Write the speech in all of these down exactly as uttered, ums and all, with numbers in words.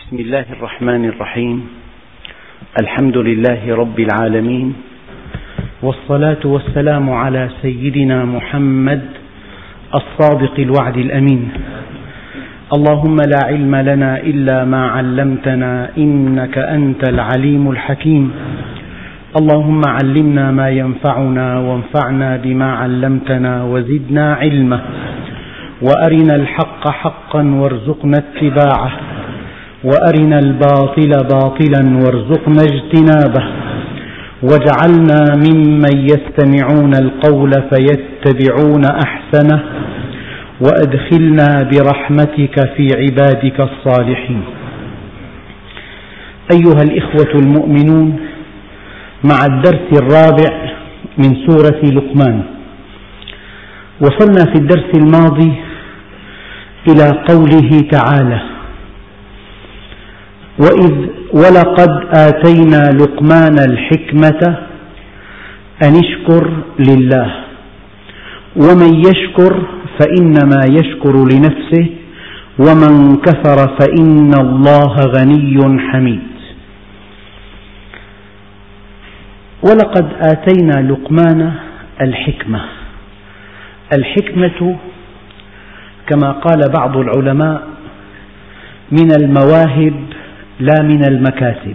بسم الله الرحمن الرحيم. الحمد لله رب العالمين، والصلاة والسلام على سيدنا محمد الصادق الوعد الأمين. اللهم لا علم لنا إلا ما علمتنا إنك أنت العليم الحكيم. اللهم علمنا ما ينفعنا وانفعنا بما علمتنا وزدنا علما، وأرنا الحق حقا وارزقنا اتباعه، وأرنا الباطل باطلا وارزقنا اجتنابه، واجعلنا ممن يستمعون القول فيتبعون أحسنه، وأدخلنا برحمتك في عبادك الصالحين. أيها الإخوة المؤمنون، مع الدرس الرابع من سورة لقمان، وصلنا في الدرس الماضي إلى قوله تعالى: وإذ ولقد آتينا لقمان الحكمة أن اشكر لله ومن يشكر فإنما يشكر لنفسه ومن كفر فإن الله غني حميد. ولقد آتينا لقمان الحكمة. الحكمة كما قال بعض العلماء من المواهب لا من المكاسب.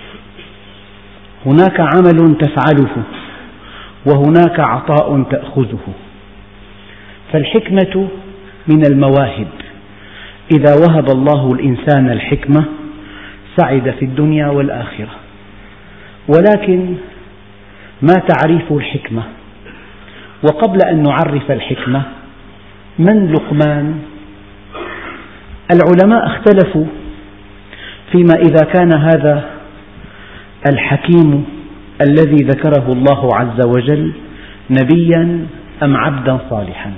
هناك عمل تفعله وهناك عطاء تأخذه، فالحكمة من المواهب. إذا وهب الله الإنسان الحكمة سعد في الدنيا والآخرة. ولكن ما تعريف الحكمة؟ وقبل أن نعرف الحكمة، من لقمان؟ العلماء اختلفوا فيما إذا كان هذا الحكيم الذي ذكره الله عز وجل نبيا أم عبدا صالحا.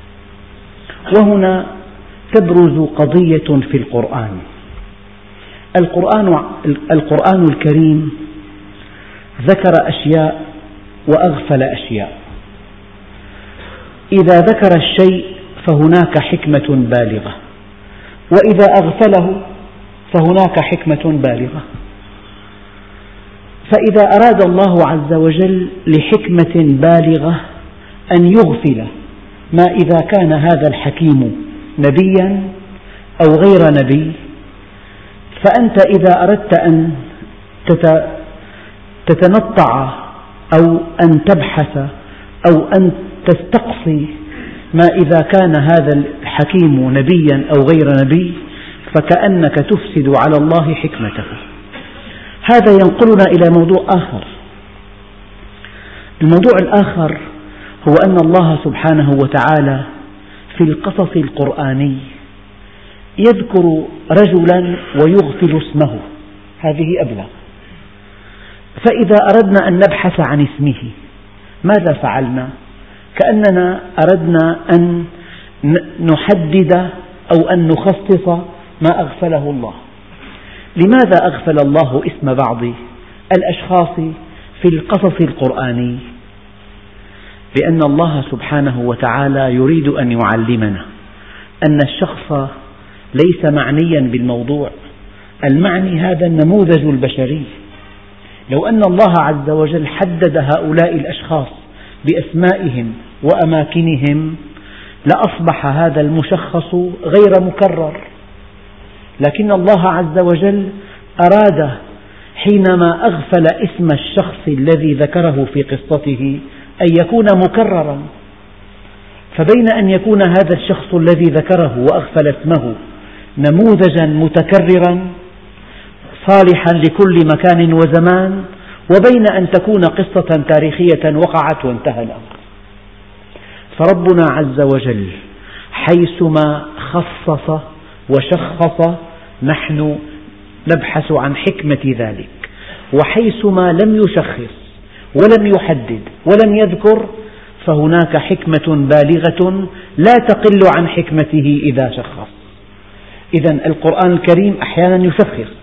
وهنا تبرز قضية في القرآن. القرآن, القرآن الكريم ذكر أشياء وأغفل أشياء. إذا ذكر الشيء فهناك حكمة بالغة، وإذا أغفله فهناك حكمة بالغة. فإذا أراد الله عز وجل لحكمة بالغة أن يغفل ما إذا كان هذا الحكيم نبيا أو غير نبي، فأنت إذا أردت أن تتنطع أو أن تبحث أو أن تستقصي ما إذا كان هذا الحكيم نبيا أو غير نبي، فكأنك تفسد على الله حكمته. هذا ينقلنا إلى موضوع آخر. الموضوع الآخر هو أن الله سبحانه وتعالى في القصص القرآني يذكر رجلا ويغفل اسمه، هذه أبلغ. فإذا أردنا أن نبحث عن اسمه ماذا فعلنا؟ كأننا أردنا أن نحدد أو أن نخصص ما أغفله الله. لماذا أغفل الله اسم بعض الأشخاص في القصص القرآني؟ لأن الله سبحانه وتعالى يريد أن يعلمنا أن الشخص ليس معنيا بالموضوع، المعني هذا النموذج البشري. لو أن الله عز وجل حدد هؤلاء الأشخاص بأسمائهم وأماكنهم لأصبح هذا المشخص غير مكرر. لكن الله عز وجل أراد حينما أغفل اسم الشخص الذي ذكره في قصته أن يكون مكررا. فبين أن يكون هذا الشخص الذي ذكره وأغفل اسمه نموذجا متكررا صالحا لكل مكان وزمان، وبين أن تكون قصة تاريخية وقعت وانتهى الأمر. فربنا عز وجل حيثما خصص وشخص نحن نبحث عن حكمة ذلك، وحيثما لم يشخص ولم يحدد ولم يذكر فهناك حكمة بالغة لا تقل عن حكمته إذا شخص. إذن القرآن الكريم أحيانا يشخص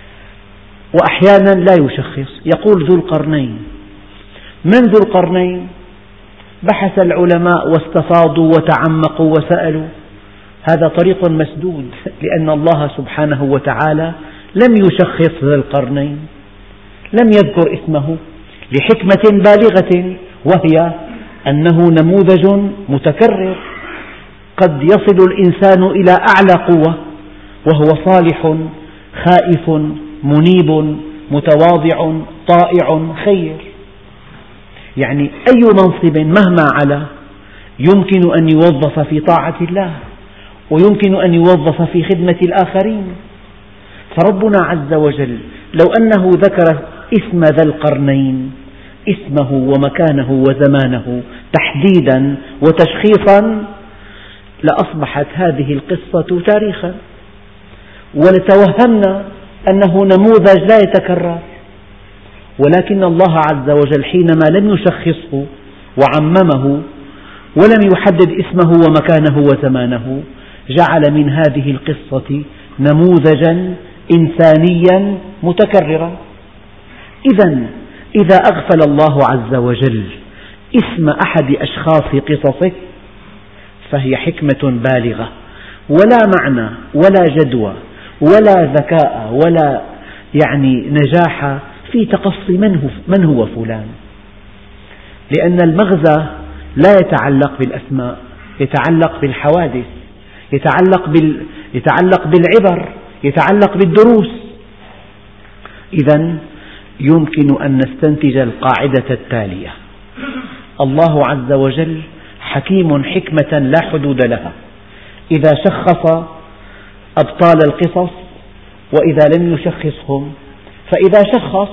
وأحيانا لا يشخص. يقول ذو القرنين. من ذو القرنين؟ بحث العلماء واستفاضوا وتعمقوا وسألوا. هذا طريق مسدود، لأن الله سبحانه وتعالى لم يشخص ذا القرنين، لم يذكر اسمه لحكمة بالغة، وهي أنه نموذج متكرر. قد يصل الإنسان إلى أعلى قوة وهو صالح خائف منيب متواضع طائع خير، يعني أي منصب مهما علا يمكن أن يوظف في طاعة الله، ويمكن أن يوظف في خدمة الآخرين. فربنا عز وجل لو أنه ذكر اسم ذا القرنين، اسمه ومكانه وزمانه تحديدا وتشخيصا، لأصبحت هذه القصة تاريخا، ولتوهمنا أنه نموذج لا يتكرر. ولكن الله عز وجل حينما لم يشخصه وعممه ولم يحدد اسمه ومكانه وزمانه، جعل من هذه القصة نموذجا إنسانيا متكررا. إذا إذا أغفل الله عز وجل اسم أحد أشخاص قصصه فهي حكمة بالغة، ولا معنى ولا جدوى ولا ذكاء ولا يعني نجاح في تقصي من هو, من هو فلان، لأن المغزى لا يتعلق بالأسماء، يتعلق بالحوادث، يتعلق, بال يتعلق بالعبر، يتعلق بالدروس. إذا يمكن أن نستنتج القاعدة التالية: الله عز وجل حكيم حكمة لا حدود لها، إذا شخص أبطال القصص وإذا لم يشخصهم. فإذا شخص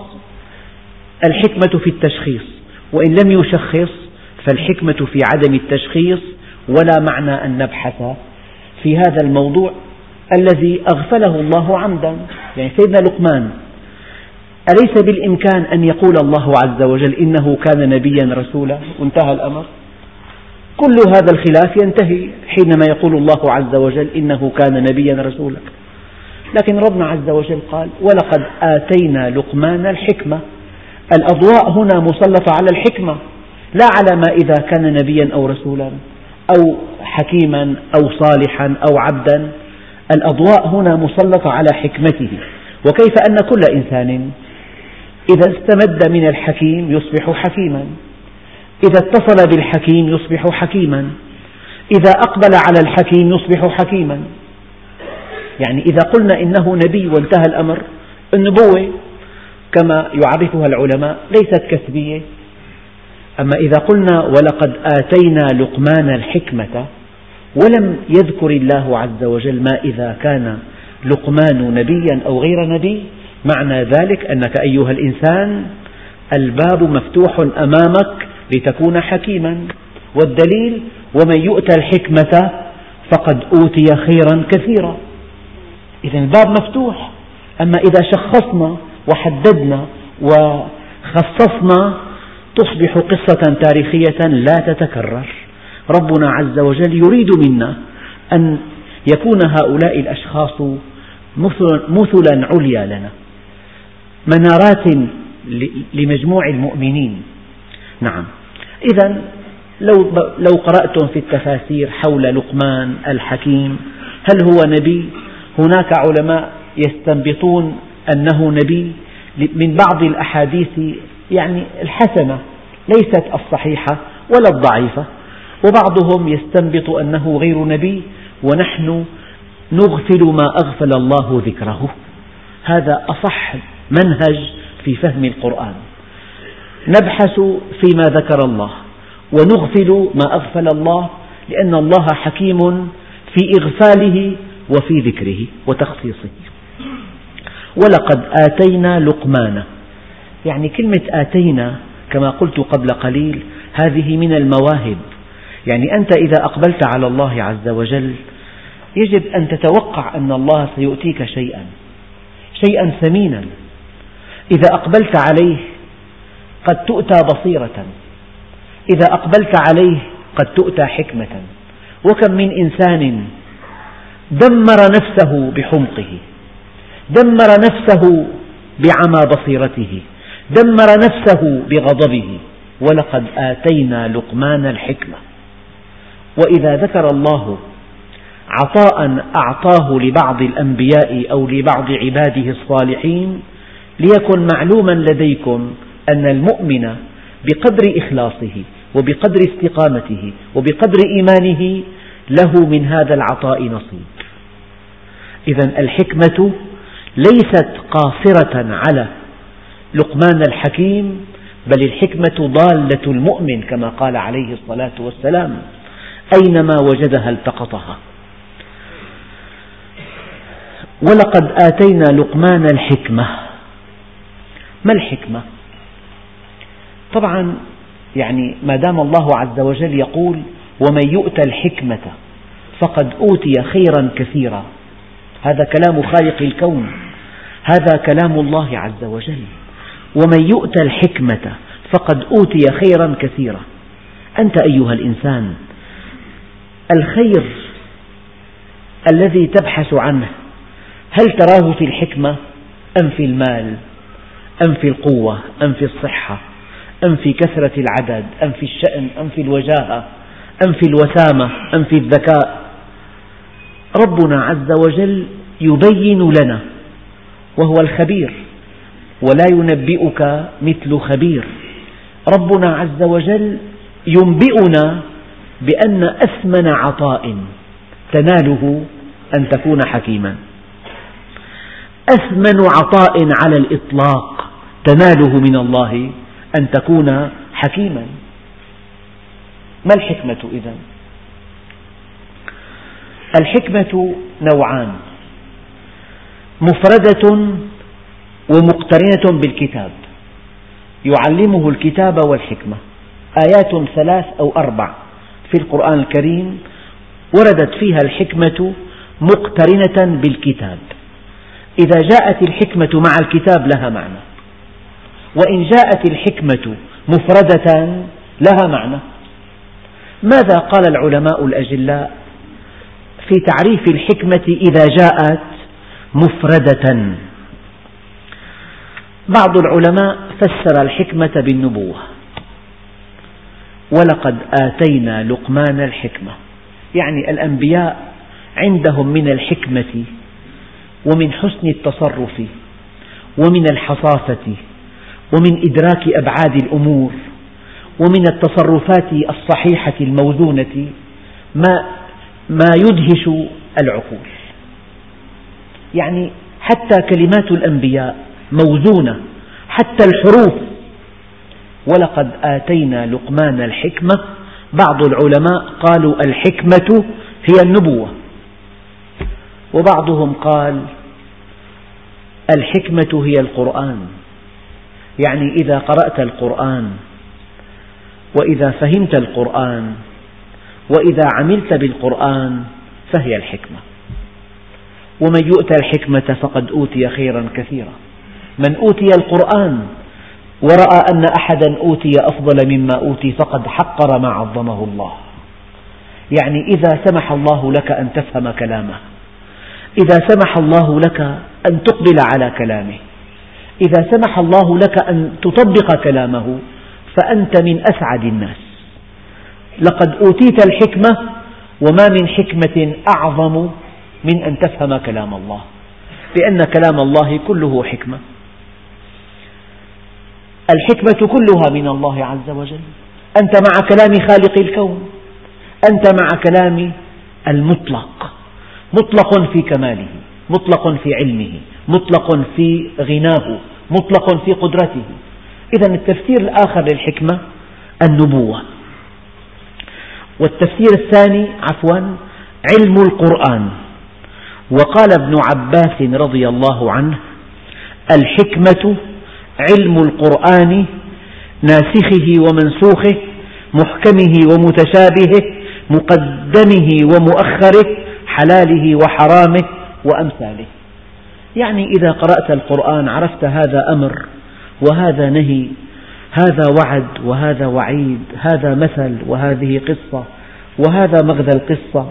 الحكمة في التشخيص، وإن لم يشخص فالحكمة في عدم التشخيص، ولا معنى أن نبحث في هذا الموضوع الذي أغفله الله عمدا. يعني سيدنا لقمان أليس بالإمكان أن يقول الله عز وجل إنه كان نبيا رسولا وانتهى الأمر؟ كل هذا الخلاف ينتهي حينما يقول الله عز وجل إنه كان نبيا رسولا. لكن ربنا عز وجل قال: ولقد آتينا لقمان الحكمة. الأضواء هنا مسلطة على الحكمة، لا على ما إذا كان نبيا أو رسولا أو حكيما أو صالحا أو عبدا. الأضواء هنا مسلطة على حكمته، وكيف أن كل إنسان إذا استمد من الحكيم يصبح حكيما، إذا اتصل بالحكيم يصبح حكيما، إذا أقبل على الحكيم يصبح حكيما. يعني إذا قلنا إنه نبي وانتهى الأمر، النبوة كما يعرفها العلماء ليست كسبية. أما إذا قلنا ولقد آتينا لقمان الحكمة ولم يذكر الله عز وجل ما إذا كان لقمان نبيا أو غير نبي، معنى ذلك أنك أيها الإنسان الباب مفتوح أمامك لتكون حكيما. والدليل: ومن يؤتى الحكمة فقد أوتي خيرا كثيرا. إذا الباب مفتوح. أما إذا شخصنا وحددنا وخصصنا تصبح قصة تاريخية لا تتكرر. ربنا عز وجل يريد منا أن يكون هؤلاء الأشخاص مثلا عليا لنا، منارات لمجموع المؤمنين. نعم. إذا لو لو قرأتم في التفاسير حول لقمان الحكيم هل هو نبي؟ هناك علماء يستنبطون أنه نبي من بعض الأحاديث يعني الحسنة ليست الصحيحة ولا الضعيفة، وبعضهم يستنبط أنه غير نبي، ونحن نغفل ما أغفل الله ذكره. هذا أصح منهج في فهم القرآن، نبحث فيما ذكر الله ونغفل ما أغفل الله، لأن الله حكيم في إغفاله وفي ذكره وتخصيصه. ولقد آتينا لقمان، يعني كلمة آتينا كما قلت قبل قليل هذه من المواهب. يعني أنت إذا أقبلت على الله عز وجل يجب أن تتوقع أن الله سيؤتيك شيئا شيئا ثمينا. إذا أقبلت عليه قد تؤتى بصيرة، إذا أقبلت عليه قد تؤتى حكمة. وكم من إنسان دمر نفسه بحمقه، دمر نفسه بعمى بصيرته، دمر نفسه بغضبه. ولقد آتينا لقمان الحكمة. وإذا ذكر الله عطاء أعطاه لبعض الأنبياء أو لبعض عباده الصالحين ليكن معلوما لديكم أن المؤمن بقدر إخلاصه وبقدر استقامته وبقدر إيمانه له من هذا العطاء نصيب. إذن الحكمة ليست قاصرة على لقمان الحكيم، بل الحكمة ضالة المؤمن كما قال عليه الصلاة والسلام: أينما وجدها التقطها. ولقد آتينا لقمان الحكمة. ما الحكمة؟ طبعا يعني ما دام الله عز وجل يقول: ومن يؤت الحكمة فقد أوتي خيرا كثيرا، هذا كلام خالق الكون، هذا كلام الله عز وجل. ومن يؤت الحكمة فقد أوتي خيرا كثيرا. أنت أيها الإنسان، الخير الذي تبحث عنه هل تراه في الحكمة أم في المال أم في القوة أم في الصحة أم في كثرة العدد أم في الشأن أم في الوجاهة أم في الوسامة أم في الذكاء؟ ربنا عز وجل يبين لنا، وهو الخبير، ولا ينبئك مثل خبير. ربنا عز وجل ينبئنا بأن أثمن عطاء تناله أن تكون حكيما، أثمن عطاء على الإطلاق تناله من الله أن تكون حكيما. ما الحكمة إذن؟ الحكمة نوعان: مفردة ومقترنة بالكتاب، يعلمه الكتاب والحكمة. آيات ثلاث أو أربع في القرآن الكريم وردت فيها الحكمة مقترنة بالكتاب. إذا جاءت الحكمة مع الكتاب لها معنى، وإن جاءت الحكمة مفردة لها معنى. ماذا قال العلماء الأجلاء في تعريف الحكمة إذا جاءت مفردة؟ بعض العلماء فسر الحكمة بالنبوة: ولقد آتينا لقمان الحكمة، يعني الأنبياء عندهم من الحكمة ومن حسن التصرف ومن الحصافة ومن إدراك أبعاد الأمور ومن التصرفات الصحيحة الموزونة ما ما يدهش العقول. يعني حتى كلمات الأنبياء موزونة، حتى الحروف. ولقد آتينا لقمان الحكمة، بعض العلماء قالوا الحكمة هي النبوة، وبعضهم قال الحكمة هي القرآن. يعني إذا قرأت القرآن وإذا فهمت القرآن وإذا عملت بالقرآن فهي الحكمة. ومن يؤت الحكمة فقد أوتي خيرا كثيرا. من أوتي القرآن ورأى أن أحدا أوتي أفضل مما أوتي فقد حقر ما عظمه الله. يعني إذا سمح الله لك أن تفهم كلامه، إذا سمح الله لك أن تقبل على كلامه، إذا سمح الله لك أن تطبق كلامه، فأنت من أسعد الناس. لقد أوتيت الحكمة، وما من حكمة أعظم من أن تفهم كلام الله، لأن كلام الله كله حكمة. الحكمة كلها من الله عز وجل. أنت مع كلام خالق الكون، أنت مع كلام المطلق، مطلق في كماله، مطلق في علمه، مطلق في غناه، مطلق في قدرته. إذن التفسير الآخر للحكمة النبوة. والتفسير الثاني عفوا علم القرآن. وقال ابن عباس رضي الله عنه: الحكمة علم القرآن، ناسخه ومنسوخه، محكمه ومتشابهه، مقدمه ومؤخره، حلاله وحرامه، وأمثاله. يعني إذا قرأت القرآن عرفت هذا أمر وهذا نهي، هذا وعد وهذا وعيد، هذا مثل وهذه قصة، وهذا مغزى القصة،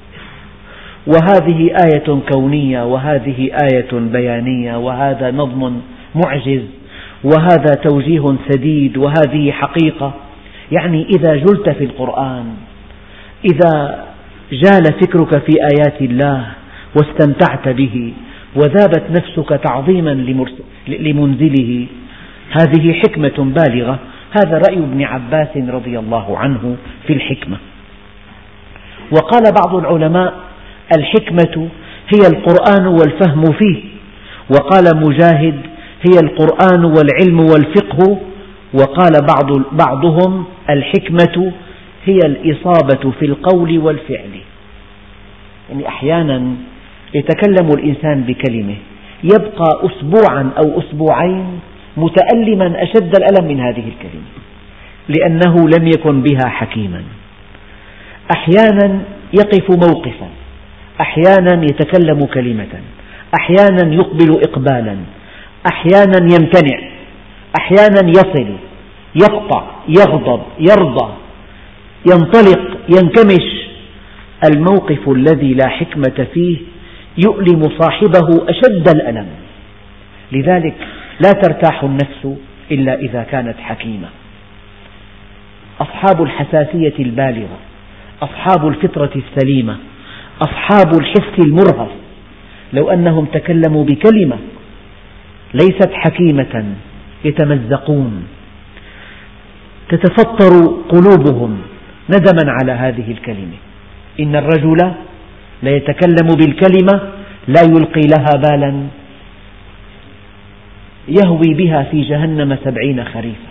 وهذه آية كونية وهذه آية بيانية، وهذا نظم معجز، وهذا توجيه سديد، وهذه حقيقة. يعني إذا جلت في القرآن، إذا جال فكرك في آيات الله واستمتعت به وذابت نفسك تعظيما لمنزله، هذه حكمة بالغة. هذا رأي ابن عباس رضي الله عنه في الحكمة. وقال بعض العلماء: الحكمة هي القرآن والفهم فيه. وقال مجاهد: هي القرآن والعلم والفقه. وقال بعض بعضهم: الحكمة هي الإصابة في القول والفعل. يعني أحيانا يتكلم الإنسان بكلمة يبقى أسبوعا أو أسبوعين متألما أشد الألم من هذه الكلمة، لأنه لم يكن بها حكيما. أحيانا يقف موقفا، أحيانا يتكلم كلمة، أحيانا يقبل إقبالا، أحيانا يمتنع، أحيانا يصل، يقطع، يغضب، يرضى، ينطلق، ينكمش. الموقف الذي لا حكمة فيه يؤلم صاحبه أشد الألم. لذلك لا ترتاح النفس إلا إذا كانت حكيمة. أصحاب الحساسية البالغة، أصحاب الفطرة السليمة، أصحاب الحس المرهف، لو أنهم تكلموا بكلمة ليست حكيمة يتمزقون، تتفطر قلوبهم ندما على هذه الكلمة. إن الرجل ليتكلم بالكلمة لا يلقي لها بالا يهوي بها في جهنم سبعين خريفا.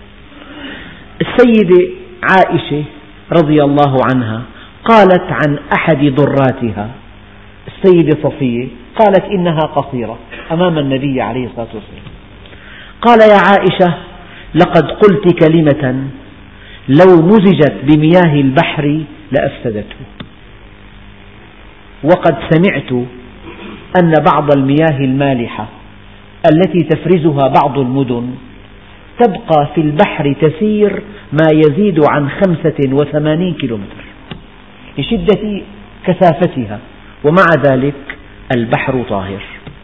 السيدة عائشة رضي الله عنها قالت عن أحد ضراتها السيدة صفية، قالت إنها قصيرة أمام النبي عليه الصلاة والسلام. قال: يا عائشة، لقد قلت كلمة لو مزجت بمياه البحر لأفسدته. وقد سمعت أن بعض المياه المالحة التي تفرزها بعض المدن تبقى في البحر تسير ما يزيد عن خمسة وثمانين كيلومتر لشدة كثافتها، ومع ذلك البحر طاهر.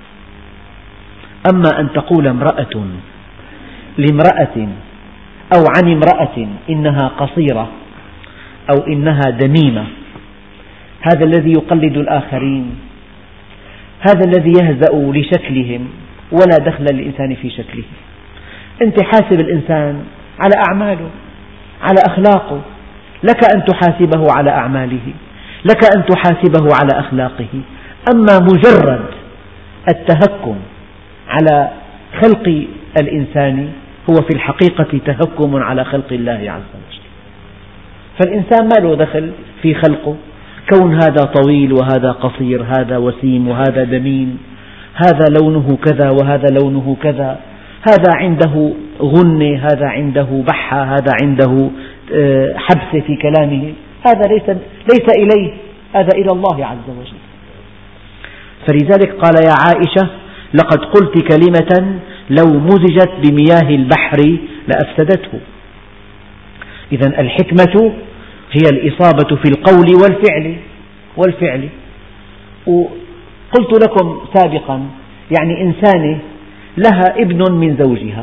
أما أن تقول امرأة لامرأة أو عن امرأة إنها قصيرة أو إنها دميمة، هذا الذي يقلد الآخرين، هذا الذي يهزأ لشكلهم ولا دخل للإنسان في شكله. أنت حاسب الإنسان على أعماله، على أخلاقه، لك أن تحاسبه على أعماله، لك أن تحاسبه على أخلاقه. أما مجرد التهكم على خلق الإنسان هو في الحقيقة تهكم على خلق الله عز وجل. فالإنسان ما له دخل في خلقه، كون هذا طويل وهذا قصير، هذا وسيم وهذا دميم، هذا لونه كذا وهذا لونه كذا، هذا عنده غنة، هذا عنده بحة، هذا عنده حبسة في كلامه، هذا ليس, ليس إليه، هذا إلى الله عز وجل. فلذلك قال: يا عائشة، لقد قلت كلمة لو مزجت بمياه البحر لأفسدته. إذن الحكمة هي الإصابة في القول والفعل والفعل. وقلت لكم سابقا، يعني إنسانة لها ابن من زوجها،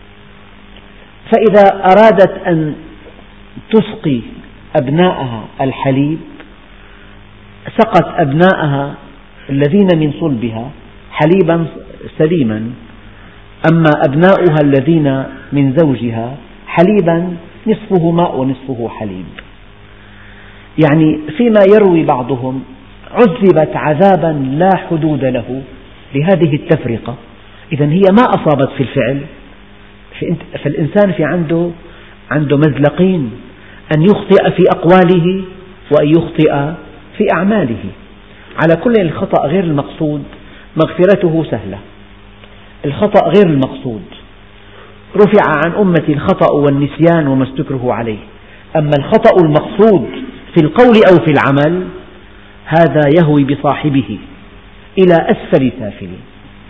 فإذا أرادت أن تسقي أبناءها الحليب سقت أبناءها الذين من صلبها حليبا سليما، أما أبناؤها الذين من زوجها حليبا نصفه ماء ونصفه حليب. يعني فيما يروي بعضهم عذبت عذابا لا حدود له لهذه التفرقة. إذن هي ما أصابت في الفعل، فالإنسان في عنده عنده مزلقين، أن يخطئ في أقواله وأن يخطئ في أعماله. على كل الخطأ غير المقصود مغفرته سهلة، الخطأ غير المقصود رفع عن أمتي الخطأ والنسيان وما استكره عليه. أما الخطأ المقصود في القول أو في العمل هذا يهوي بصاحبه إلى أسفل سافلين.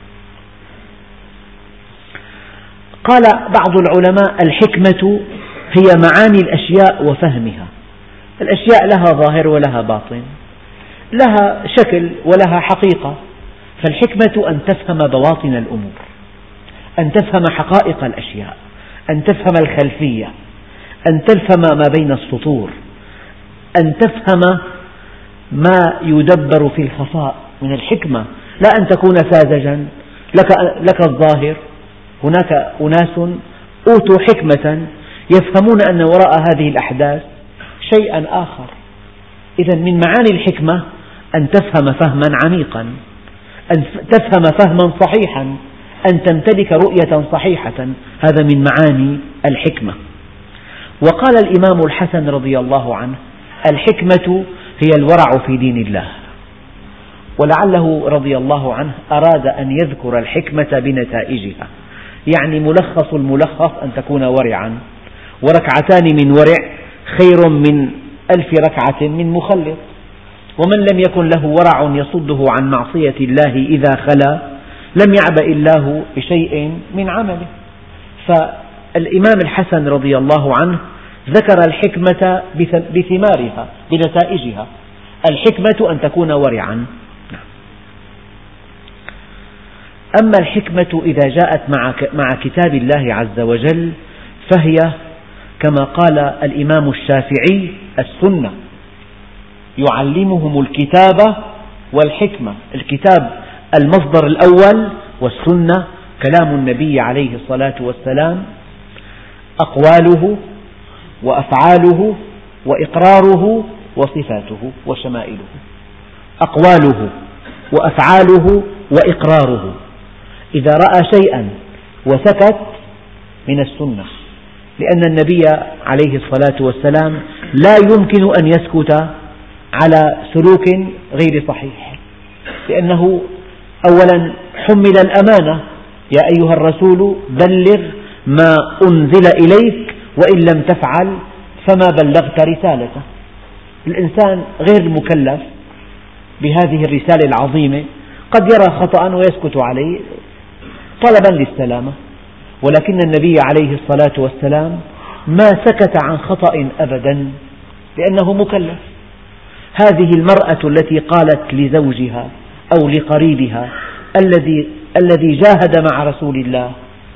قال بعض العلماء: الحكمة هي معاني الأشياء وفهمها. الأشياء لها ظاهر ولها باطن، لها شكل ولها حقيقة، فالحكمة أن تفهم بواطن الأمور، أن تفهم حقائق الأشياء، أن تفهم الخلفية، أن تفهم ما بين السطور، أن تفهم ما يدبر في الخفاء من الحكمة، لا أن تكون ساذجا لك, لك الظاهر. هناك أناس أوتوا حكمة يفهمون أن وراء هذه الأحداث شيئا آخر. إذن من معاني الحكمة أن تفهم فهما عميقا، أن تفهم فهما صحيحا، أن تمتلك رؤية صحيحة، هذا من معاني الحكمة. وقال الإمام الحسن رضي الله عنه: الحكمة هي الورع في دين الله. ولعله رضي الله عنه أراد أن يذكر الحكمة بنتائجها، يعني ملخص الملخص أن تكون ورعا، وركعتان من ورع خير من ألف ركعة من مخلط. ومن لم يكن له ورع يصده عن معصية الله إذا خلا لم يعبأ الله بشيء من عمله. فالإمام الحسن رضي الله عنه ذكر الحكمة بثمارها بنتائجها. الحكمة أن تكون ورعا. أما الحكمة إذا جاءت مع كتاب الله عز وجل فهي كما قال الإمام الشافعي: السنة، يعلمهم الكتاب والحكمة. الكتاب المصدر الأول، والسنة كلام النبي عليه الصلاة والسلام، أقواله وأفعاله وإقراره وصفاته وشمائله. أقواله وأفعاله وإقراره، إذا رأى شيئا وسكت من السنة، لأن النبي عليه الصلاة والسلام لا يمكن أن يسكت على سلوك غير صحيح، لأنه أولا حمل الأمانة: يا أيها الرسول بلغ ما أنزل إليك وإن لم تفعل فما بلغت رسالته. الإنسان غير مكلف بهذه الرسالة العظيمة، قد يرى خطأ ويسكت عليه طلبا للسلامة، ولكن النبي عليه الصلاة والسلام ما سكت عن خطأ أبدا لأنه مكلف. هذه المرأة التي قالت لزوجها أو لقريبها الذي الذي جاهد مع رسول الله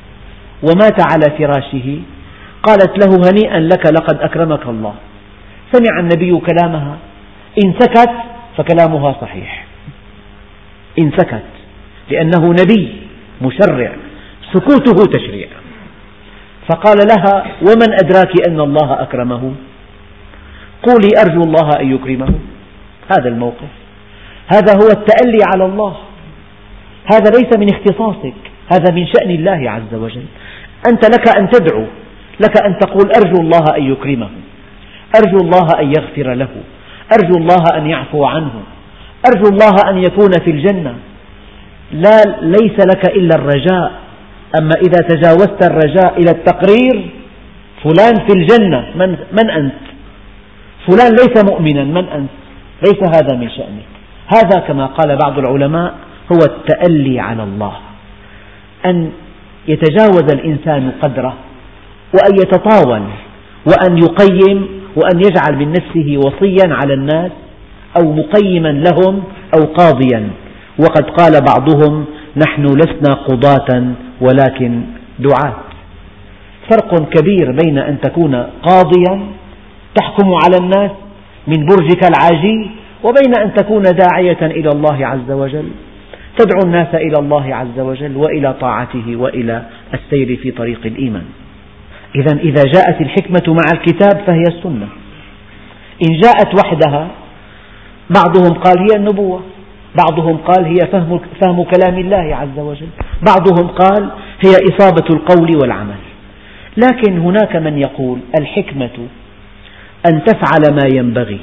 ومات على فراشه، قالت له: هنيئا لك لقد أكرمك الله. سمع النبي كلامها، إن سكت فكلامها صحيح، إن سكت، لأنه نبي مشرع، سكوته تشريع. فقال لها: ومن أدراك أن الله أكرمه؟ قولي أرجو الله أن يكرمه. هذا الموقف، هذا هو التألي على الله، هذا ليس من اختصاصك، هذا من شأن الله عز وجل. أنت لك أن تدعو، لك أن تقول أرجو الله أن يكرمه، أرجو الله أن يغفر له، أرجو الله أن يعفو عنه، أرجو الله أن يكون في الجنة. لا ليس لك إلا الرجاء. أما إذا تجاوزت الرجاء إلى التقرير: فلان في الجنة، من, من أنت؟ فلان ليس مؤمنا، من أنت؟ ليس هذا من شأنك. هذا كما قال بعض العلماء هو التألي على الله، أن يتجاوز الإنسان قدره، وأن يتطاول، وأن يقيم، وأن يجعل من نفسه وصيا على الناس أو مقيما لهم أو قاضيا. وقد قال بعضهم: نحن لسنا قضاة ولكن دعاة. فرق كبير بين أن تكون قاضيا تحكم على الناس من برجك العاجي، وبين أن تكون داعية إلى الله عز وجل، تدعو الناس إلى الله عز وجل وإلى طاعته وإلى السير في طريق الإيمان. إذن إذا جاءت الحكمة مع الكتاب فهي السنة. إن جاءت وحدها، بعضهم قال هي النبوة، بعضهم قال هي فهم, فهم كلام الله عز وجل، بعضهم قال هي إصابة القول والعمل. لكن هناك من يقول الحكمة أن تفعل ما ينبغي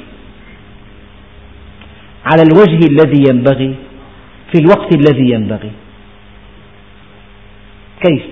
على الوجه الذي ينبغي في الوقت الذي ينبغي. كيف؟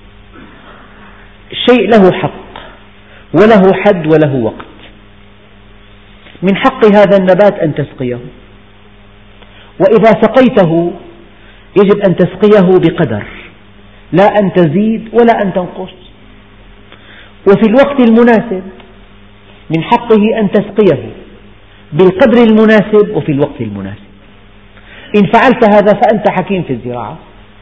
الشيء له حق وله حد وله وقت. من حق هذا النبات أن تسقيه، وإذا سقيته يجب أن تسقيه بقدر، لا أن تزيد ولا أن تنقص. وفي الوقت المناسب من حقه أن تسقيه بالقدر المناسب وفي الوقت المناسب. إن فعلت هذا فأنت حكيم في الزراعة.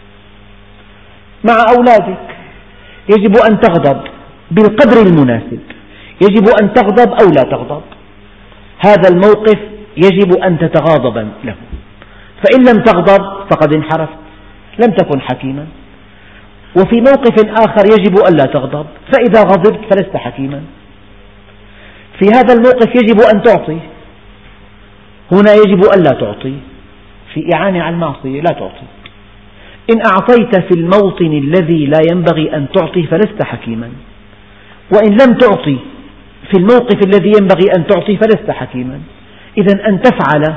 مع أولادك يجب أن تغضب بالقدر المناسب، يجب أن تغضب أو لا تغضب. هذا الموقف يجب أن تتغاضب له، فإن لم تغضب فقد انحرفت، لم تكن حكيما. وفي موقف آخر يجب ألا تغضب، فإذا غضبت فلست حكيما. في هذا الموقف يجب أن تعطي، هنا يجب ألا تعطي، في إعانة على المعصية لا تعطي. إن أعطيت في الموطن الذي لا ينبغي أن تعطي فلست حكيما، وإن لم تعطي في الموقف الذي ينبغي أن تعطي فلست حكيما. إذن أن تفعل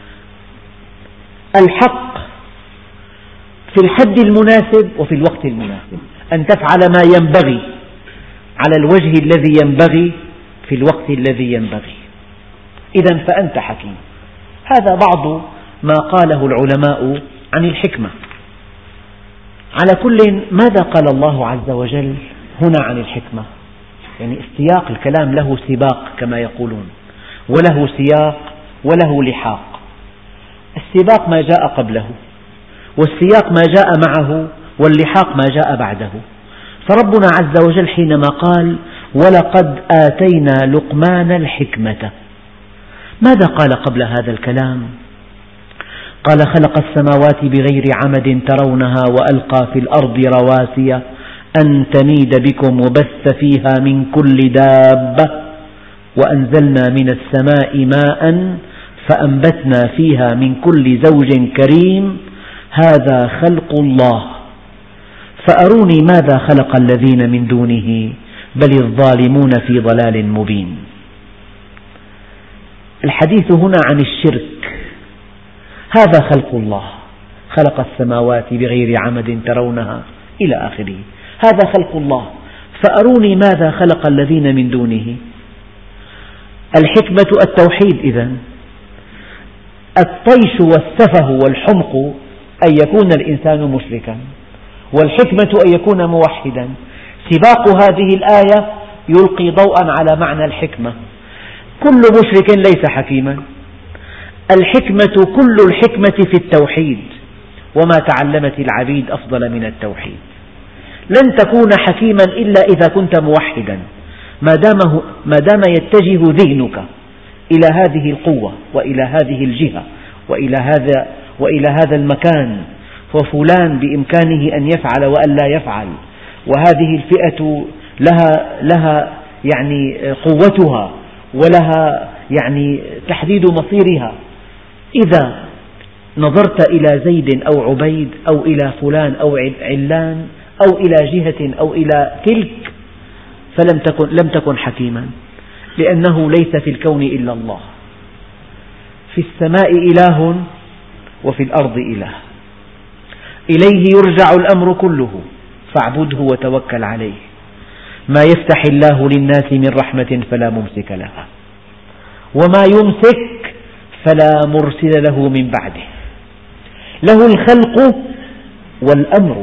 الحق في الحد المناسب وفي الوقت المناسب، أن تفعل ما ينبغي على الوجه الذي ينبغي في الوقت الذي ينبغي، إذن فأنت حكيم. هذا بعض ما قاله العلماء عن الحكمة. على كل، ماذا قال الله عز وجل هنا عن الحكمة؟ يعني السياق الكلام له سباق كما يقولون، وله سياق وله لحاق. السباق ما جاء قبله، والسياق ما جاء معه، واللحاق ما جاء بعده. فربنا عز وجل حينما قال ولقد آتينا لقمان الحكمة، ماذا قال قبل هذا الكلام؟ قال خلق السماوات بغير عمد ترونها وألقى في الأرض رواسي أن تميد بكم وبث فيها من كل دابة وأنزلنا من السماء ماء فأنبتنا فيها من كل زوج كريم هذا خلق الله فأروني ماذا خلق الذين من دونه بل الظالمون في ضلال مبين. الحديث هنا عن الشرك، هذا خلق الله، خلق السماوات بغير عمد ترونها إلى آخره، هذا خلق الله فأروني ماذا خلق الذين من دونه. الحكمة التوحيد. إذن الطيش والسفه والحمق أن يكون الإنسان مشركا، والحكمة أن يكون موحدا. سباق هذه الآية يلقي ضوءا على معنى الحكمة. كل مشرك ليس حكيما، الحكمة كل الحكمة في التوحيد، وما تعلمت العبيد أفضل من التوحيد. لن تكون حكيما إلا إذا كنت موحدا، ما دام ما دام يتجه ذهنك إلى هذه القوة وإلى هذه الجهة وإلى هذا وإلى هذا المكان، وفلان بإمكانه أن يفعل وأن لا يفعل، وهذه الفئة لها لها يعني قوتها ولها يعني تحديد مصيرها. إذا نظرت إلى زيد أو عبيد أو إلى فلان أو علان أو إلى جهة أو إلى تلك فلم تكن لم تكن حكيما، لأنه ليس في الكون إلا الله، في السماء إله وفي الأرض إله، إليه يرجع الأمر كله فاعبده وتوكل عليه. ما يفتح الله للناس من رحمة فلا ممسك لها، وما يمسك فلا مرسل له من بعده، له الخلق والأمر.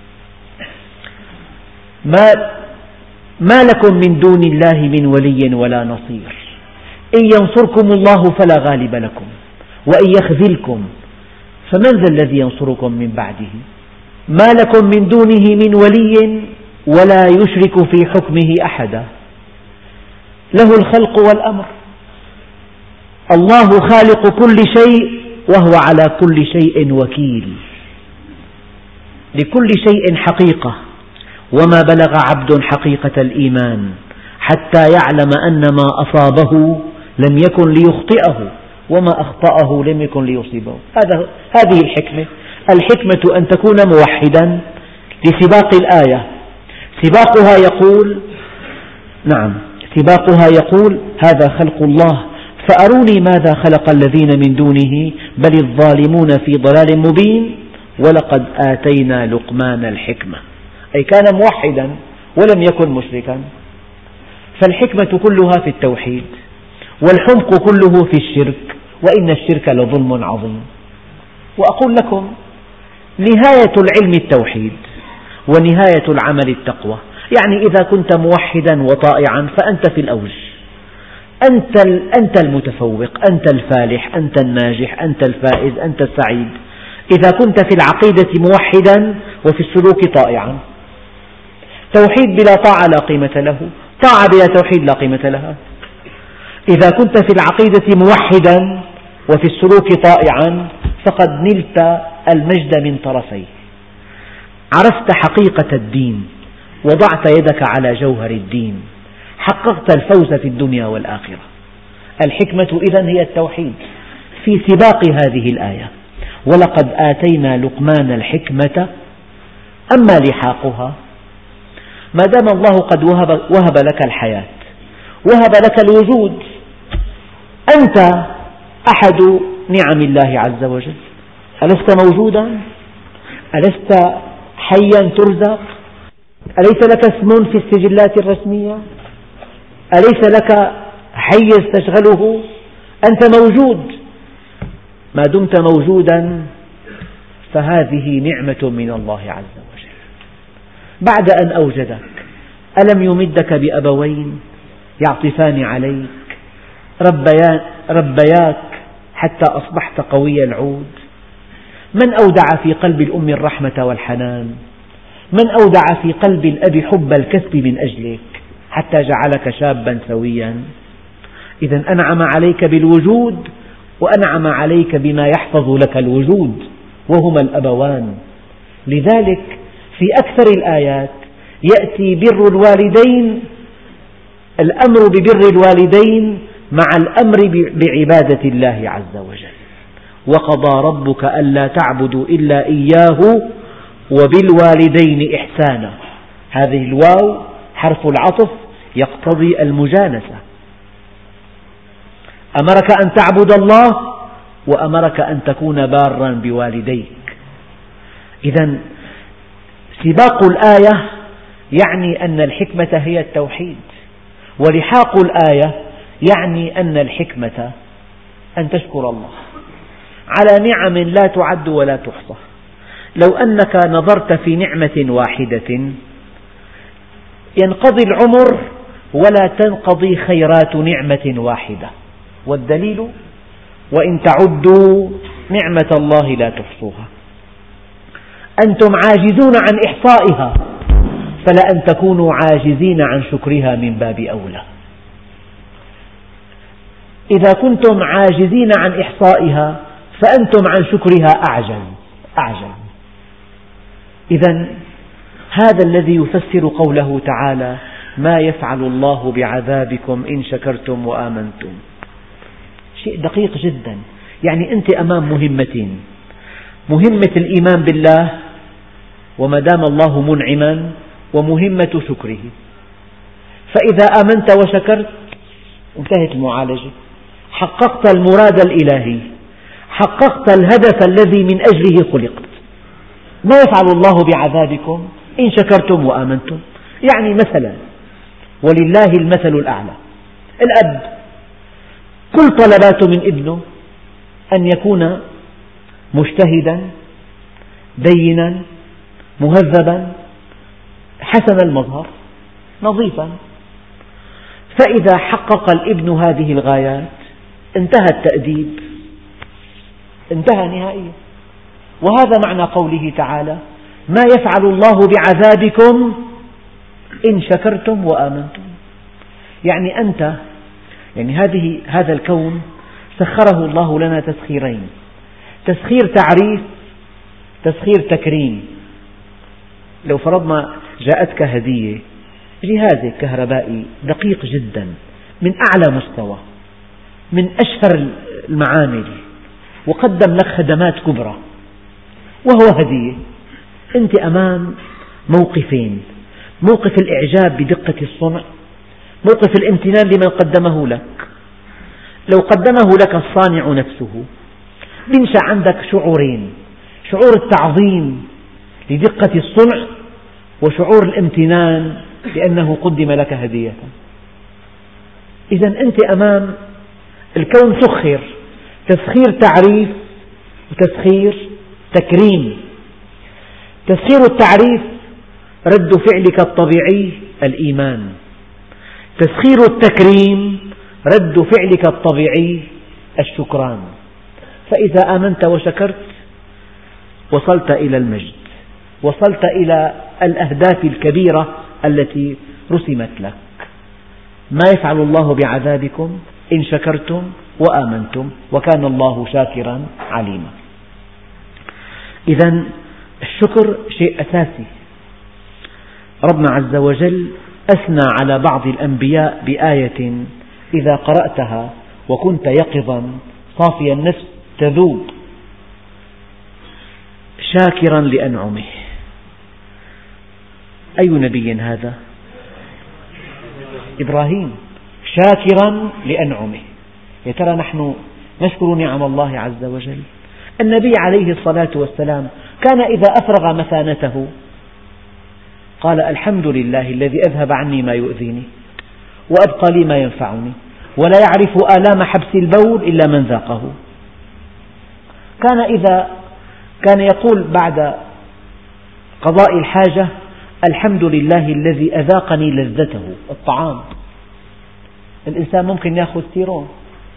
ما ما لكم من دون الله من ولي ولا نصير، إن ينصركم الله فلا غالب لكم وإن يخذلكم فمن ذا الذي ينصركم من بعده. ما لكم من دونه من ولي ولا يشرك في حكمه أحدا، له الخلق والأمر. الله خالق كل شيء وهو على كل شيء وكيل، لكل شيء حقيقة، وما بلغ عبد حقيقة الإيمان حتى يعلم أن ما أصابه لم يكن ليخطئه وما أخطأه لم يكن ليصيبه. هذا هذه الحكمة. الحكمة أن تكون موحدا لسباق الآية. سباقها يقول نعم سباقها يقول هذا خلق الله فأروني ماذا خلق الذين من دونه بل الظالمون في ضلال مبين ولقد آتينا لقمان الحكمة، أي كان موحدا ولم يكن مشركا. فالحكمة كلها في التوحيد، والحمق كله في الشرك، وإن الشرك لظلم عظيم. وأقول لكم نهاية العلم التوحيد ونهاية العمل التقوى. يعني إذا كنت موحدا وطائعا فأنت في الأوج، أنت أنت المتفوق، أنت الفالح، أنت الناجح، أنت الفائز، أنت السعيد. إذا كنت في العقيدة موحدا وفي السلوك طائعا. توحيد بلا طاعة لا قيمة له، طاعة بلا توحيد لا قيمة لها. إذا كنت في العقيدة موحدا وفي السلوك طائعا فقد نلت المجد من طرفيه. عرفت حقيقة الدين، وضعت يدك على جوهر الدين، حققت الفوز في الدنيا والآخرة. الحكمة إذن هي التوحيد في سباق هذه الآية: ولقد آتينا لقمان الحكمة أما لحاقها. ما دام الله قد وهب, وهب لك الحياة، وهب لك الوجود، أنت أحد نعم الله عز وجل. ألست موجودا؟ ألست حيا ترزق؟ أليس لك اسم في السجلات الرسمية؟ أليس لك حيز تشغله؟ أنت موجود. ما دمت موجودا فهذه نعمة من الله عز وجل. بعد أن أوجدك ألم يمدك بأبوين يعطفان عليك، ربياك حتى أصبحت قوي العود؟ من أودع في قلب الأم الرحمة والحنان؟ من أودع في قلب الأب حب الكسب من أجلك حتى جعلك شابا سويا؟ إذا أنعم عليك بالوجود، وأنعم عليك بما يحفظ لك الوجود، وهما الأبوان. لذلك في أكثر الآيات يأتي بر الوالدين، الأمر ببر الوالدين مع الأمر بعبادة الله عز وجل. وقضى ربك ألا تعبدوا إلا إياه وبالوالدين إحسانا. هذه الواو حرف العطف يقتضي المجانسة. أمرك أن تعبد الله، وأمرك أن تكون بارا بوالديك. إذا سباق الآية يعني أن الحكمة هي التوحيد، ولحاق الآية يعني أن الحكمة أن تشكر الله على نعم لا تعد ولا تحصى. لو أنك نظرت في نعمة واحدة ينقضي العمر ولا تنقضي خيرات نعمة واحدة. والدليل: وإن تعدوا نعمة الله لا تحصوها. أنتم عاجزون عن إحصائها، فلأن تكونوا عاجزين عن شكرها من باب أولى. إذا كنتم عاجزين عن إحصائها فأنتم عن شكرها أعجز أعجز. إذا هذا الذي يفسر قوله تعالى: ما يفعل الله بعذابكم إن شكرتم وآمنتم. شيء دقيق جدا. يعني أنت أمام مهمتين: مهمة الإيمان بالله وما دام الله منعما، ومهمة شكره. فإذا آمنت وشكرت انتهت المعالجة، حققت المراد الإلهي، حققت الهدف الذي من أجله خلقت. ما يفعل الله بعذابكم إن شكرتم وآمنتم. يعني مثلا، ولله المثل الأعلى، الأب كل طلباته من ابنه أن يكون مجتهدا دينا مهذبا حسن المظهر نظيفا. فإذا حقق الابن هذه الغايات انتهى التأديب، انتهى نهائيا. وهذا معنى قوله تعالى: ما يفعل الله بعذابكم إن شكرتم وآمنتم. يعني أنت يعني هذه هذا الكون سخره الله لنا تسخيرين: تسخير تعريف، تسخير تكريم. لو فرضنا جاءتك هدية، جهاز كهربائي دقيق جدا من أعلى مستوى من أشهر المعامل، وقدم لك خدمات كبرى وهو هدية، أنت أمام موقفين: موقف الإعجاب بدقة الصنع، موقف الامتنان لمن قدمه لك. لو قدمه لك الصانع نفسه ينشأ عندك شعورين: شعور التعظيم لدقة الصنع، وشعور الامتنان لأنه قدم لك هدية. إذا أنت أمام الكون سخر، تسخير تعريف وتسخير تكريم. تسخير التعريف رد فعلك الطبيعي الإيمان، تسخير التكريم رد فعلك الطبيعي الشكران. فإذا آمنت وشكرت وصلت إلى المجد، وصلت إلى الأهداف الكبيرة التي رسمت لك. ما يفعل الله بعذابكم إن شكرتم وآمنتم وكان الله شاكرا عليما. إذن الشكر شيء أساسي. ربنا عز وجل أثنى على بعض الأنبياء بآية إذا قرأتها وكنت يقظا صافي النفس تذوب: شاكرا لأنعمه. أي نبي هذا؟ إبراهيم، شاكرا لأنعمه. يا ترى نحن نشكر نعم الله عز وجل؟ النبي عليه الصلاة والسلام كان إذا أفرغ مثانته قال: الحمد لله الذي أذهب عني ما يؤذيني وأبقى لي ما ينفعني، ولا يعرف آلام حبس البول إلا من ذاقه. كان إذا كان يقول بعد قضاء الحاجة: الحمد لله الذي أذاقني لذته الطعام. الإنسان ممكن يأخذ سيرون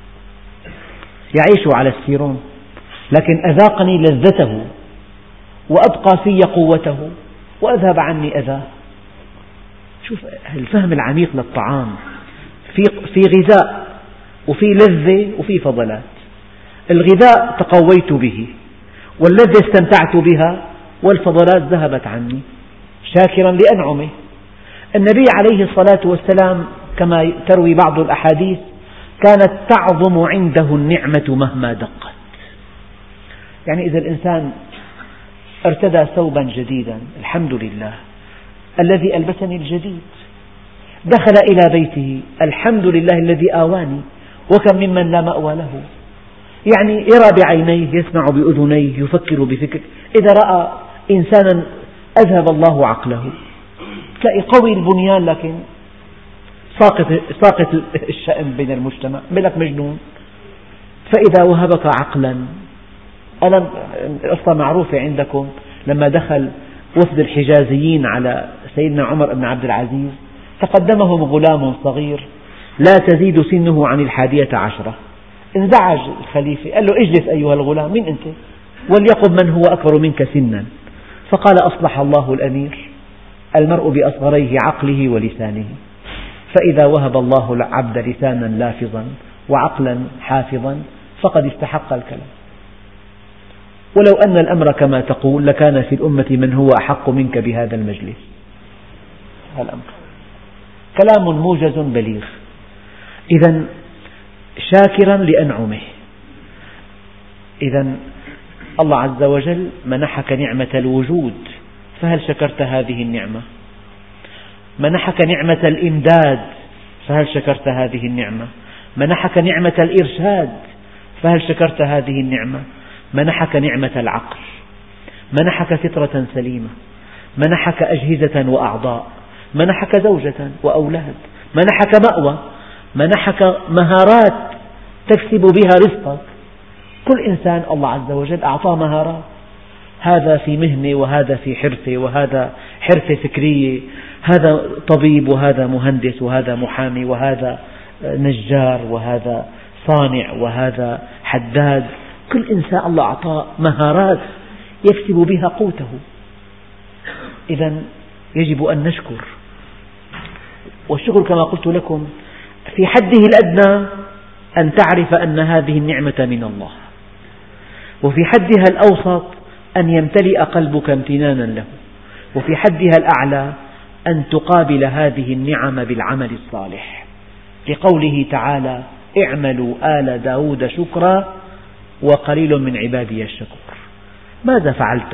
يعيش على السيرون، لكن أذاقني لذته وأبقى في قوته وأذهب عني أذاه. شوف الفهم العميق للطعام، في في غذاء وفي لذة وفي فضلات. الغذاء تقويت به، واللذة استمتعت بها، والفضلات ذهبت عني. شاكرا لأنعمه. النبي عليه الصلاة والسلام كما تروي بعض الأحاديث كانت تعظم عنده النعمة مهما دقت. يعني إذا الإنسان ارتدى ثوبا جديدا: الحمد لله الذي ألبسني الجديد. دخل إلى بيته: الحمد لله الذي آواني. وكم ممن لا مأوى له، يعني يرى بعينيه، يسمع بأذنيه، يفكر بفكر. إذا رأى إنسانا أذهب الله عقله، تلاقي قوي البنيان لكن ساقط ساقط الشأن بين المجتمع، بلك مجنون. فإذا وهبك عقلا، أنا قصة معروفة عندكم لما دخل وفد الحجازيين على سيدنا عمر بن عبد العزيز، تقدمهم غلام صغير لا تزيد سنه عن الحادية عشرة. انزعج الخليفة، قال له: اجلس أيها الغلام، من أنت؟ وليقم من هو أكبر منك سنا. فقال: أصلح الله الأمير، المرء بأصغريه عقله ولسانه، فإذا وهب الله العبد لسانا لافظا وعقلا حافظا فقد استحق الكلام. ولو أن الأمر كما تقول لكان في الأمة من هو أحق منك بهذا المجلس. هذا الأمر كلام موجز بليغ. إذا شاكرا لأنعمه. إذا الله عز وجل منحك نعمة الوجود، فهل شكرت هذه النعمة؟ منحك نعمة الإمداد، فهل شكرت هذه النعمة؟ منحك نعمة الإرشاد، فهل شكرت هذه النعمة؟ منحك نعمة العقل، منحك فطرة سليمة، منحك أجهزة وأعضاء، منحك زوجة وأولاد، منحك مأوى، منحك مهارات تكسب بها رزقك. كل إنسان الله عز وجل أعطاه مهارات، هذا في مهنة وهذا في حرفة وهذا حرفة فكرية، هذا طبيب وهذا مهندس وهذا محامي وهذا نجار وهذا صانع وهذا حداد. كل إنسان الله أعطاه مهارات يكسب بها قوته. إذا يجب أن نشكر، والشكر كما قلت لكم في حده الأدنى أن تعرف أن هذه النعمة من الله، وفي حدها الأوسط أن يمتلئ قلبك امتنانا له، وفي حدها الأعلى أن تقابل هذه النعم بالعمل الصالح، لقوله تعالى: اعملوا آل داود شكرا وقليل من عبادي الشكور. ماذا فعلت؟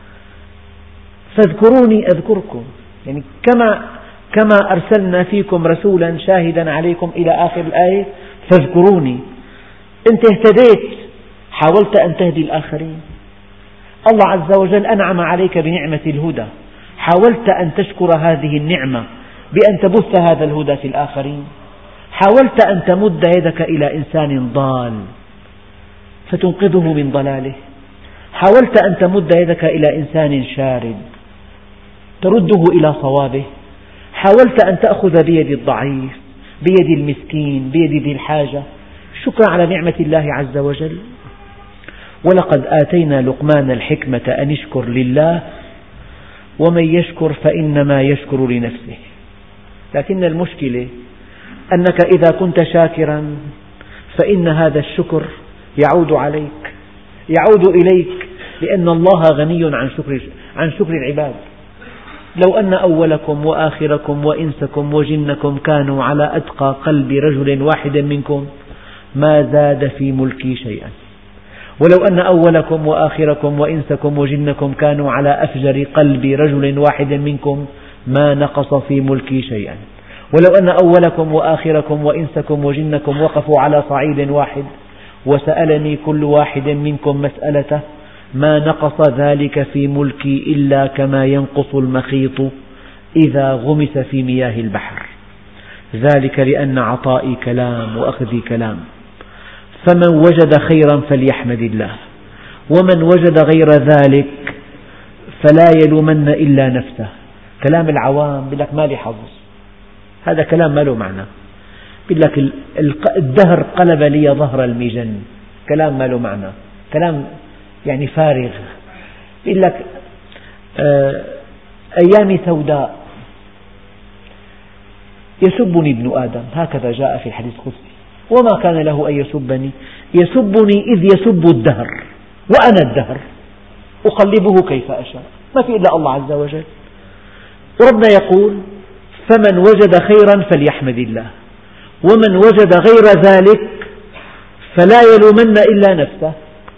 فاذكروني أذكركم، يعني كما كما أرسلنا فيكم رسولا شاهدا عليكم إلى آخر الآية. فاذكروني، أنت اهتديت، حاولت أن تهدي الآخرين. الله عز وجل أنعم عليك بنعمة الهدى، حاولت أن تشكر هذه النعمة بأن تبث هذا الهدى في الآخرين. حاولت أن تمد يدك إلى إنسان ضال فتنقذه من ضلاله. حاولت أن تمد يدك إلى إنسان شارد ترده إلى صوابه. حاولت أن تأخذ بيد الضعيف، بيد المسكين، بيد ذي الحاجة، شكرا على نعمة الله عز وجل. ولقد آتينا لقمان الحكمة أن اشكر لله ومن يشكر فإنما يشكر لنفسه. لكن المشكلة أنك إذا كنت شاكرا فإن هذا الشكر يعود عليك، يعود إليك، لأن الله غني عن شكر عن شكر العباد. لو أن أولكم وآخركم وإنسكم وجنكم كانوا على أتقى قلب رجل واحد منكم ما زاد في ملكي شيئا، ولو أن أولكم وآخركم وإنسكم وجنكم كانوا على أفجر قلب رجل واحد منكم ما نقص في ملكي شيئا، ولو أن أولكم وآخركم وإنسكم وجنكم وقفوا على صعيد واحد وسألني كل واحد منكم مسألته ما نقص ذلك في ملكي إلا كما ينقص المخيط إذا غمس في مياه البحر، ذلك لأن عطائي كلام وأخذي كلام. فمن وجد خيرا فليحمد الله، ومن وجد غير ذلك فلا يلومن إلا نفسه. كلام العوام يقول لك ما لي حظ، هذا كلام ما له معنى. يقول لك الدهر قلب لي ظهر المجن، كلام ما له معنى، كلام يعني فارغ. يقول لك أيامي سوداء يسبني ابن آدم، هكذا جاء في الحديث القدسي، وما كان له أن يسبني، يسبني إذ يسب الدهر وأنا الدهر أقلبه كيف أشاء، ما في إلا الله عز وجل. وربنا يقول فمن وجد خيرا فليحمد الله، ومن وجد غير ذلك فلا يلومن إلا نفسه.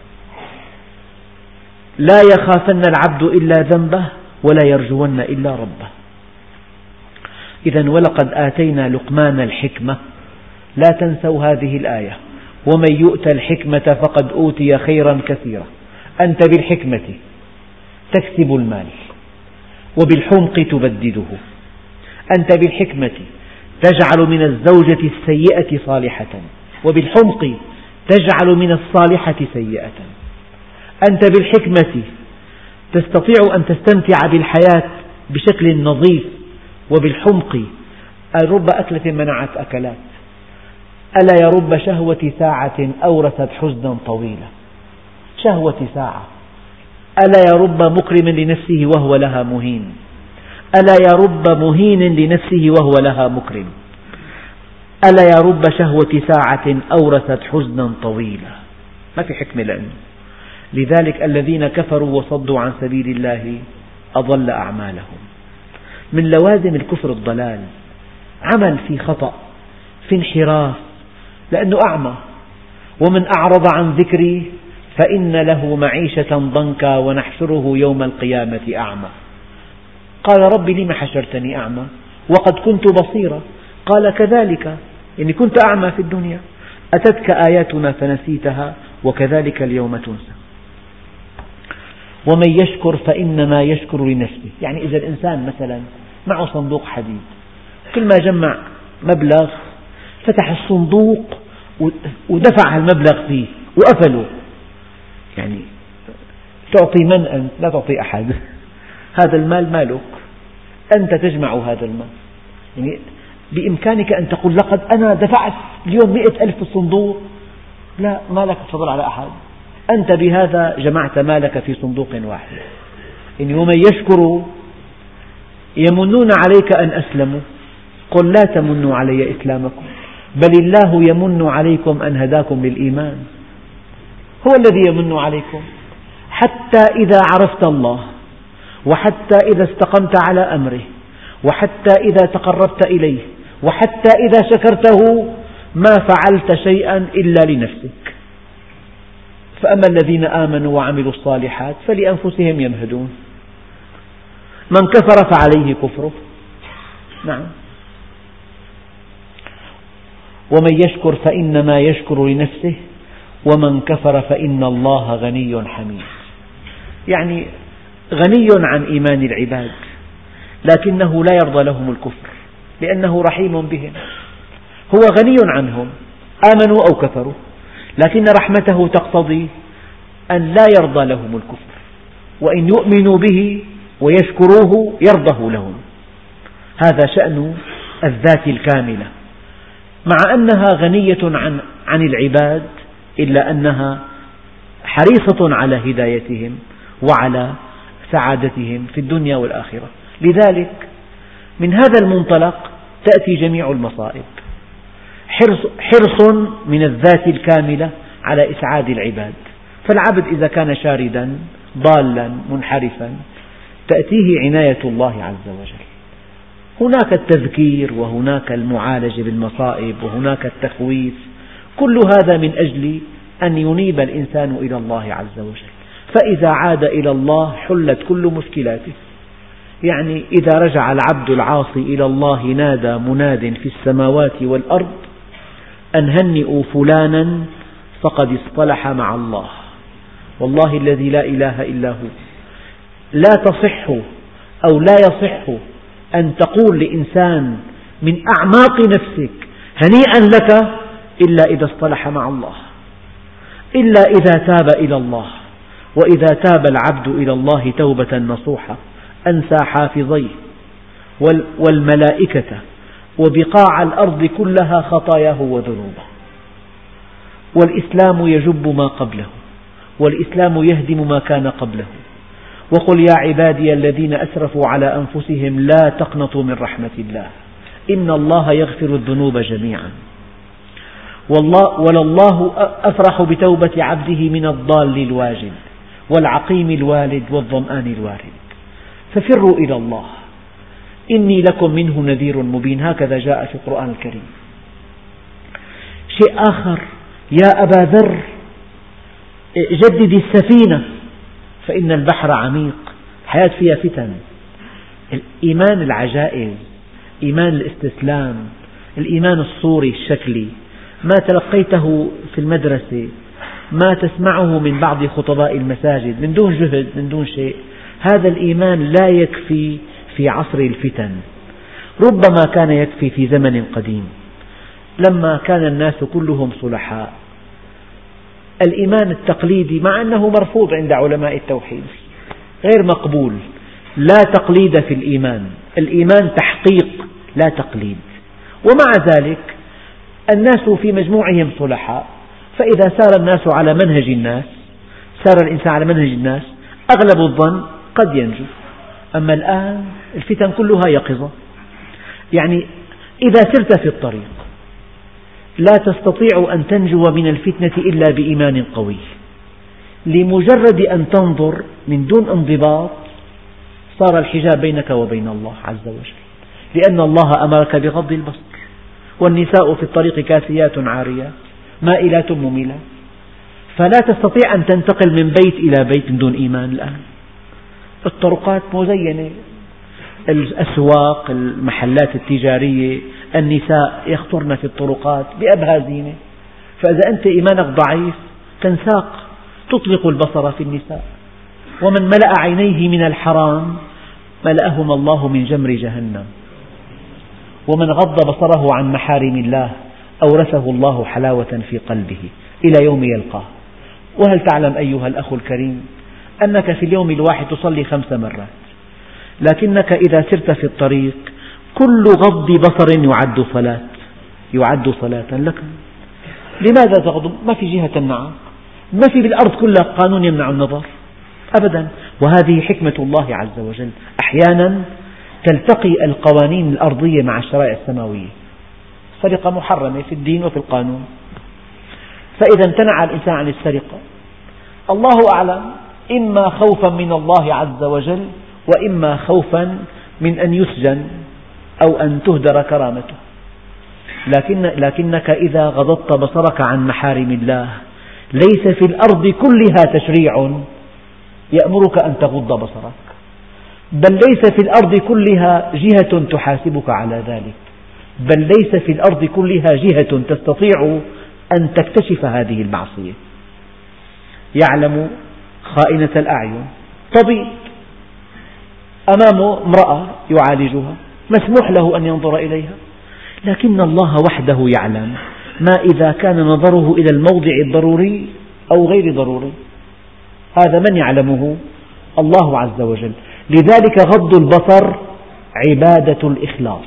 لا يخافن العبد إلا ذنبه ولا يرجون إلا ربه. إذن ولقد آتينا لقمان الحكمة، لا تنسوا هذه الآية، ومن يؤت الحكمة فقد أوتي خيرا كثيرا. أنت بالحكمة تكسب المال وبالحمق تبدده، أنت بالحكمة تجعل من الزوجة السيئة صالحة وبالحمق تجعل من الصالحة سيئة. أنت بالحكمة تستطيع أن تستمتع بالحياة بشكل نظيف، وبالحمق رب أكلة منعت أكلات. ألا يا رب شهوة ساعة أورثت حزنا طويلا، شهوة ساعة. ألا يا رب مكرم لنفسه وهو لها مهين، ألا يا رب مهين لنفسه وهو لها مكرم. ألا يا رب شهوة ساعة أورثت حزنا طويلا، ما في حكمة لأنه. لذلك الذين كفروا وصدوا عن سبيل الله أضل أعمالهم. من لوازم الكفر الضلال، عمل في خطأ في انحراف لأنه أعمى. ومن أعرض عن ذكري فإن له معيشة ضنكا ونحشره يوم القيامة أعمى. قال رب لم حشرتني أعمى وقد كنت بصيرا، قال كذلك، يعني كنت أعمى في الدنيا، أتتك آياتنا فنسيتها وكذلك اليوم تنسى. ومن يشكر فإنما يشكر لنفسه. يعني إذا الإنسان مثلا معه صندوق حديد، كل ما جمع مبلغ فتح الصندوق ودفع المبلغ فيه وقفله، يعني تعطي من أنت؟ لا تعطي أحد. هذا المال مالك، أنت تجمع هذا المال. يعني بإمكانك أن تقول لقد أنا دفعت اليوم مئة ألف في الصندوق، لا، ما لك فضل على أحد، أنت بهذا جمعت مالك في صندوق واحد. إن ومن يشكر يمنون عليك أن أسلموا، قل لا تمنوا علي إسلامكم بل الله يمن عليكم أن هداكم للإيمان، هو الذي يمن عليكم. حتى إذا عرفت الله، وحتى إذا استقمت على أمره، وحتى إذا تقربت إليه، وحتى إذا شكرته ما فعلت شيئا إلا لنفسك. فأما الذين آمنوا وعملوا الصالحات فلأنفسهم يمهدون. من كفر فعليه كفره. نعم. ومن يشكر فإنما يشكر لنفسه ومن كفر فإن الله غني حميد. يعني غني عن إيمان العباد، لكنه لا يرضى لهم الكفر لأنه رحيم بهم. هو غني عنهم آمنوا أو كفروا، لكن رحمته تقتضي أن لا يرضى لهم الكفر، وإن يؤمنوا به ويشكروه يرضه لهم. هذا شأن الذات الكاملة، مع أنها غنية عن, عن العباد، إلا أنها حريصة على هدايتهم وعلى سعادتهم في الدنيا والآخرة. لذلك من هذا المنطلق تأتي جميع المصائب. حرص, حرص من الذات الكاملة على إسعاد العباد. فالعبد إذا كان شاردا ضالا منحرفا تأتيه عناية الله عز وجل. هناك التذكير وهناك المعالجة بالمصائب وهناك التخويف، كل هذا من أجل أن ينيب الإنسان إلى الله عز وجل، فإذا عاد إلى الله حلت كل مشكلاته. يعني إذا رجع العبد العاصي إلى الله نادى مناد في السماوات والأرض أن هنئوا فلانا فقد اصطلح مع الله. والله الذي لا إله إلا هو لا تصح أو لا يصح أن تقول لإنسان من أعماق نفسك هنيئا لك إلا إذا اصطلح مع الله، إلا إذا تاب إلى الله. وإذا تاب العبد إلى الله توبة نصوحة أنسى حافظيه والملائكة وبقاع الأرض كلها خطاياه وذنوبه. والإسلام يجب ما قبله، والإسلام يهدم ما كان قبله. وقل يا عبادي الذين أسرفوا على أنفسهم لا تقنطوا من رحمة الله إن الله يغفر الذنوب جميعا. والله ولله أفرح بتوبة عبده من الضال الواجد والعقيم الوالد والظمآن الوارد. ففروا إلى الله إني لكم منه نذير مبين، هكذا جاء في القرآن الكريم. شيء آخر، يا أبا ذر جدد السفينة فإن البحر عميق. الحياة فيها فتن. الإيمان العجائز، إيمان الاستسلام، الإيمان الصوري الشكلي، ما تلقيته في المدرسة، ما تسمعه من بعض خطباء المساجد من دون جهد من دون شيء، هذا الإيمان لا يكفي في عصر الفتن. ربما كان يكفي في زمن قديم لما كان الناس كلهم صلحاء. الإيمان التقليدي مع أنه مرفوض عند علماء التوحيد، غير مقبول. لا تقليد في الإيمان، الإيمان تحقيق لا تقليد. ومع ذلك الناس في مجموعهم صلحاء، فإذا سار الناس على منهج الناس، سار الإنسان على منهج الناس، أغلب الظن قد ينجو. أما الآن الفتن كلها يقظة. يعني إذا سرت في الطريق لا تستطيع أن تنجو من الفتنة إلا بإيمان قوي. لمجرد أن تنظر من دون انضباط صار الحجاب بينك وبين الله عز وجل، لأن الله أمرك بغض البصر. والنساء في الطريق كاسيات عاريات مائلات مميلات. فلا تستطيع أن تنتقل من بيت إلى بيت من دون إيمان. الآن الطرقات مزينة، الأسواق، المحلات التجارية، النساء يخطرن في الطرقات بأبهى زينة. فإذا أنت إيمانك ضعيف تنساق، تطلق البصر في النساء. ومن ملأ عينيه من الحرام ملأهما الله من جمر جهنم. ومن غض بصره عن محارم الله أورثه الله حلاوة في قلبه إلى يوم يلقاه. وهل تعلم أيها الأخ الكريم أنك في اليوم الواحد تصلي خمس مرات، لكنك إذا سرت في الطريق كل غض بصر يعد صلاة يعد صلاة لك. لماذا تغضب؟ ما في جهة تمنعك، ما في بالأرض كلها قانون يمنع النظر أبدا. وهذه حكمة الله عز وجل. أحيانا تلتقي القوانين الأرضية مع الشرائع السماوية. السرقة محرمة في الدين وفي القانون، فإذا امتنع الإنسان عن السرقة الله أعلم إما خوفا من الله عز وجل وإما خوفا من أن يسجن أو أن تهدر كرامته. لكن لكنك إذا غضضت بصرك عن محارم الله ليس في الأرض كلها تشريع يأمرك أن تغض بصرك، بل ليس في الأرض كلها جهة تحاسبك على ذلك، بل ليس في الأرض كلها جهة تستطيع أن تكتشف هذه المعصية. يعلم خائنة الأعين، طبيب أمامه امرأة يعالجها مسموح له أن ينظر إليها، لكن الله وحده يعلم ما إذا كان نظره إلى الموضع الضروري أو غير ضروري. هذا من يعلمه؟ الله عز وجل. لذلك غض البصر عبادة الإخلاص.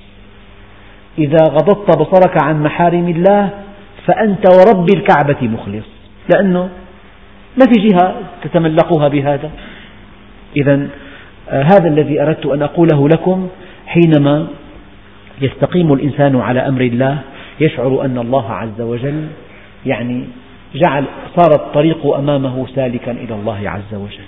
إذا غضضت بصرك عن محارم الله فأنت ورب الكعبة مخلص، لأنه ما في جهة تتملقها بهذا. إذا هذا الذي أردت أن أقوله لكم. حينما يستقيم الإنسان على أمر الله يشعر أن الله عز وجل يعني جعل صار الطريق أمامه سالكا إلى الله عز وجل.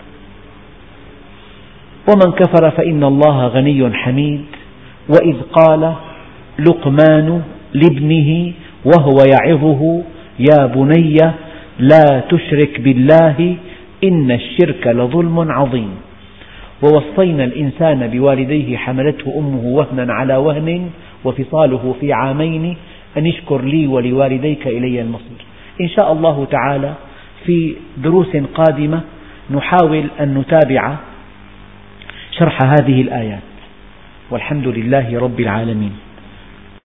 ومن كفر فإن الله غني حميد. وإذ قال لقمان لابنه وهو يعظه يا بني لا تشرك بالله إن الشرك لظلم عظيم. ووصينا الإنسان بوالديه حملته أمه وهنا على وهن وفصاله في عامين أن اشكر لي ولوالديك إلي المصير. إن شاء الله تعالى في دروس قادمة نحاول أن نتابع شرح هذه الآيات، والحمد لله رب العالمين.